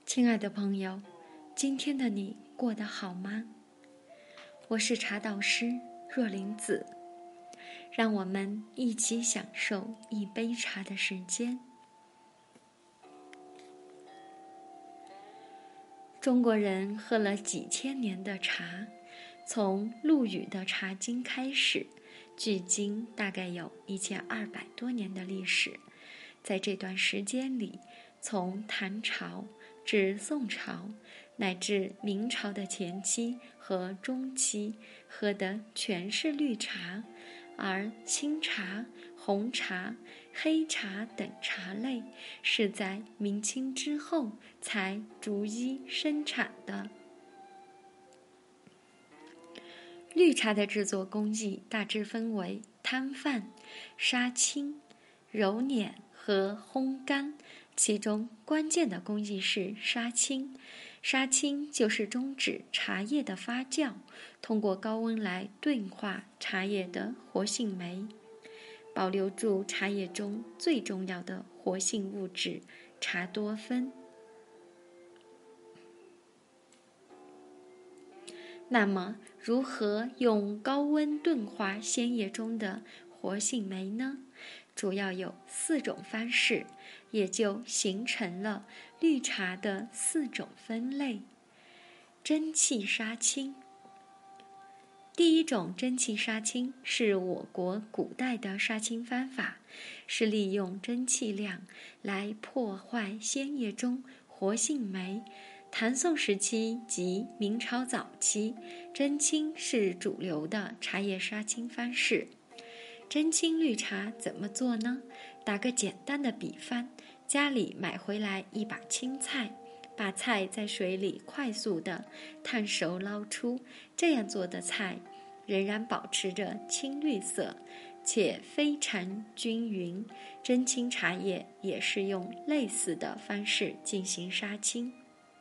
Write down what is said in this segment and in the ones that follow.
亲爱的朋友，今天的你过得好吗？我是茶导师若琳子，让我们一起享受一杯茶的时间。中国人喝了几千年的茶，从陆羽的《茶经》开始，距今大概有1200多年的历史。在这段时间里，从唐朝至宋朝，乃至明朝的前期和中期，喝的全是绿茶，而青茶、红茶、黑茶等茶类是在明清之后才逐一生产的。绿茶的制作工艺大致分为摊贩、杀青、揉捻和烘干，其中关键的工艺是杀青。杀青就是终止茶叶的发酵，通过高温来钝化茶叶的活性酶，保留住茶叶中最重要的活性物质茶多酚。那么，如何用高温钝化鲜叶中的活性酶呢？主要有4种方式，也就形成了绿茶的4种分类。蒸汽杀青。第一种蒸汽杀青是我国古代的杀青方法，是利用蒸汽量来破坏鲜叶中活性酶。唐宋时期及明朝早期，蒸青是主流的茶叶杀青方式。蒸青绿茶怎么做呢？打个简单的比方，家里买回来一把青菜，把菜在水里快速的烫熟捞出，这样做的菜仍然保持着青绿色，且非常均匀。蒸青茶叶也是用类似的方式进行杀青。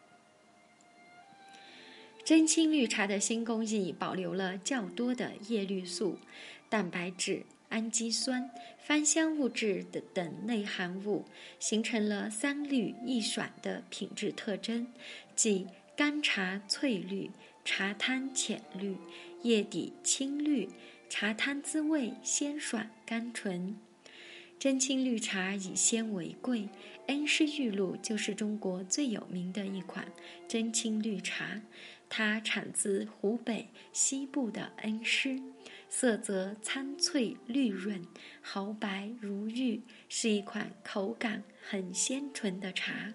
蒸青绿茶的新工艺保留了较多的叶绿素、蛋白质、氨基酸、芳香物质等内含物，形成了3绿1爽的品质特征，即干茶翠绿、茶汤浅绿、叶底青绿，茶汤滋味鲜爽甘醇。蒸青绿茶以鲜为贵，恩施玉露就是中国最有名的一款蒸青绿茶，它产自湖北西部的恩施，色泽苍翠绿润，毫白如玉，是一款口感很鲜醇的茶。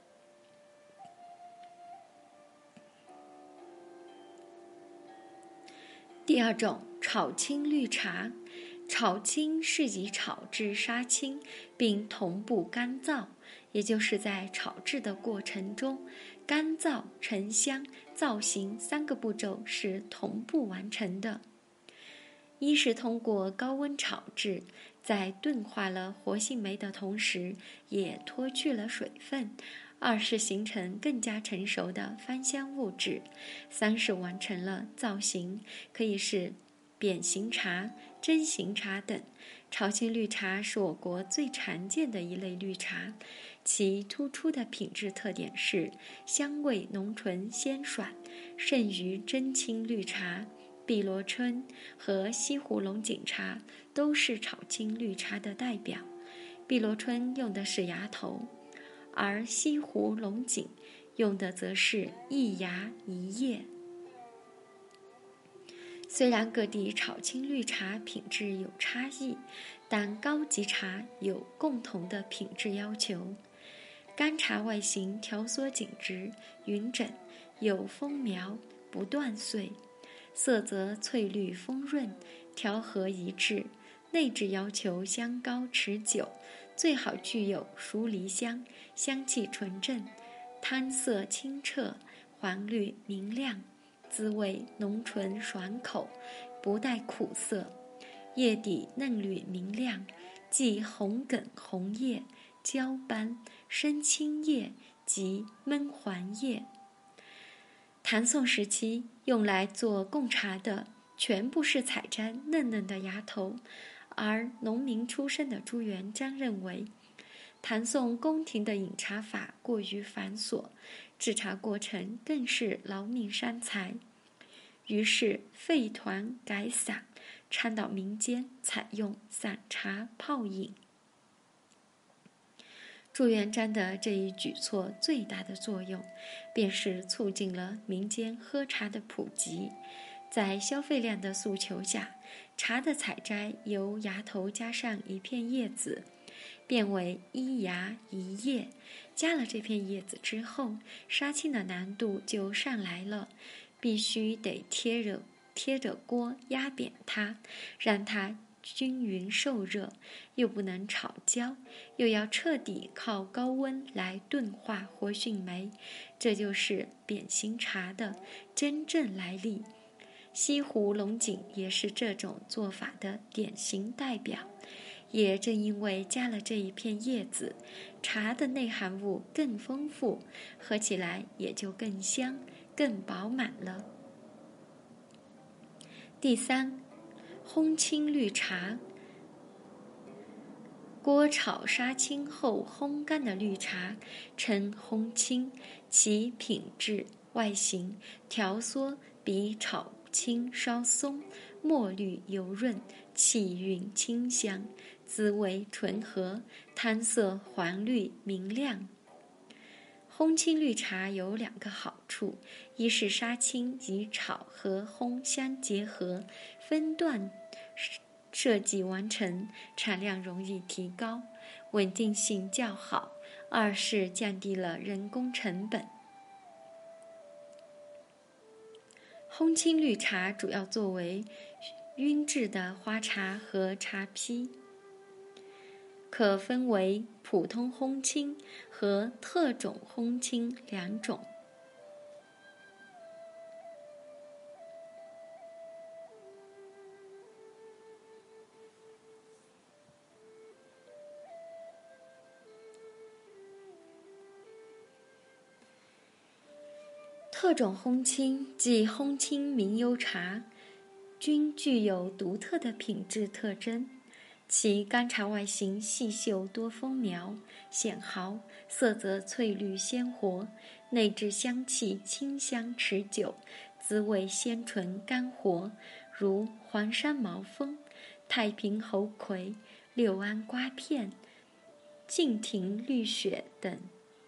第二种，炒青绿茶。炒青是以炒制杀青并同步干燥，也就是在炒制的过程中，干燥、沉香、造型3个步骤是同步完成的。一是通过高温炒制，在钝化了活性酶的同时，也脱去了水分；二是形成更加成熟的芳香物质；三是完成了造型，可以是扁形茶、针形茶等。炒青绿茶是我国最常见的一类绿茶，其突出的品质特点是香味浓醇鲜爽，胜于蒸青绿茶。碧螺春和西湖龙井茶都是炒青绿茶的代表，碧螺春用的是芽头，而西湖龙井用的则是一芽一叶。虽然各地炒青绿茶品质有差异，但高级茶有共同的品质要求。干茶外形条索紧直、匀整，有锋苗，不断碎，色泽翠绿丰润，调和一致，内质要求香高持久，最好具有熟梨香，香气纯正，汤色清澈，黄绿明亮，滋味浓醇爽口，不带苦涩，叶底嫩绿明亮，即红梗红叶、焦斑、深青叶及闷黄叶。唐宋时期用来做贡茶的全部是采摘嫩嫩的芽头，而农民出身的朱元璋认为唐宋宫廷的饮茶法过于繁琐，制茶过程更是劳民伤财，于是废团改散，倡导民间采用散茶泡饮。朱元璋的这一举措最大的作用，便是促进了民间喝茶的普及。在消费量的诉求下，茶的采摘由芽头加上一片叶子，变为一芽一叶。加了这片叶子之后，杀青的难度就上来了，必须得贴着锅压扁它，让它均匀受热，又不能炒焦，又要彻底靠高温来钝化或熏焙，这就是扁形茶的真正来历。西湖龙井也是这种做法的典型代表。也正因为加了这一片叶子，茶的内含物更丰富，喝起来也就更香、更饱满了。第三，烘青绿茶。锅炒杀青后烘干的绿茶称烘青，其品质、外形、条缩比炒青稍松，墨绿油润，气韵清香，滋味醇和，汤色黄绿明亮。烘青绿茶有2个好处，一是杀青与炒和烘相结合，分段设计完成，产量容易提高，稳定性较好；二是降低了人工成本。烘青绿茶主要作为晕制的花茶和茶坯，可分为普通烘青和特种烘青2种。特种烘青即烘青名优茶，均具有独特的品质特征。其干茶外形细秀多锋苗显毫，色泽翠绿鲜活，内质香气清香持久，滋味鲜醇甘活，如黄山毛峰、太平猴魁、六安瓜片、敬亭绿雪等。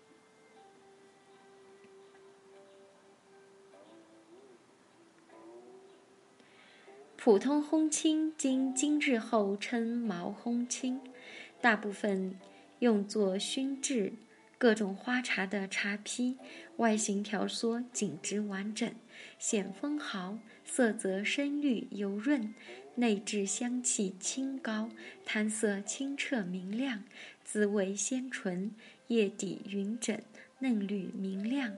普通烘青经精制后称毛烘青，大部分用作熏制各种花茶的茶坯，外形条缩紧致完整，显分毫，色泽深绿油润，内质香气清高，汤色清澈明亮，滋味鲜醇，叶底匀整，嫩绿明亮。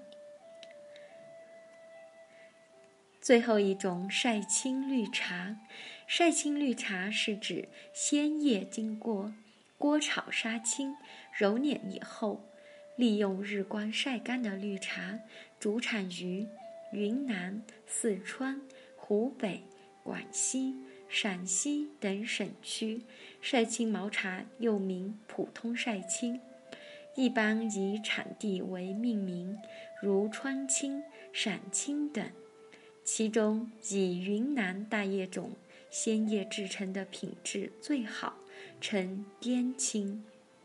最后一种晒青绿茶。晒青绿茶是指鲜叶经过锅炒杀青、揉捻以后，利用日光晒干的绿茶，主产于云南、四川、湖北、广西、陕西等省区。晒青毛茶又名普通晒青，一般以产地为命名，如川青、陕青等。其中以云南大叶种鲜叶制成的品质最好，称滇青。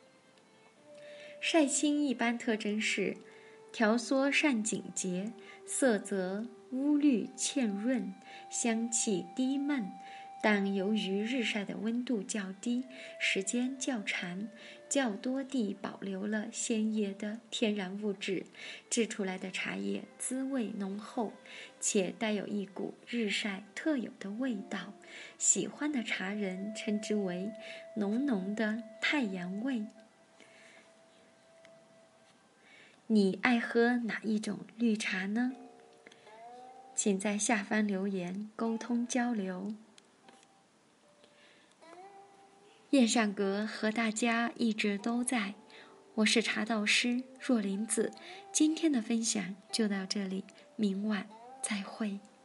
晒青一般特征是条缩上紧结，色泽乌绿浅润，香气低闷，但由于日晒的温度较低，时间较长，较多地保留了鲜叶的天然物质，制出来的茶叶滋味浓厚，且带有一股日晒特有的味道，喜欢的茶人称之为浓浓的太阳味。你爱喝哪一种绿茶呢？请在下方留言沟通交流。燕上阁和大家一直都在，我是茶道师若林子，今天的分享就到这里，明晚再会。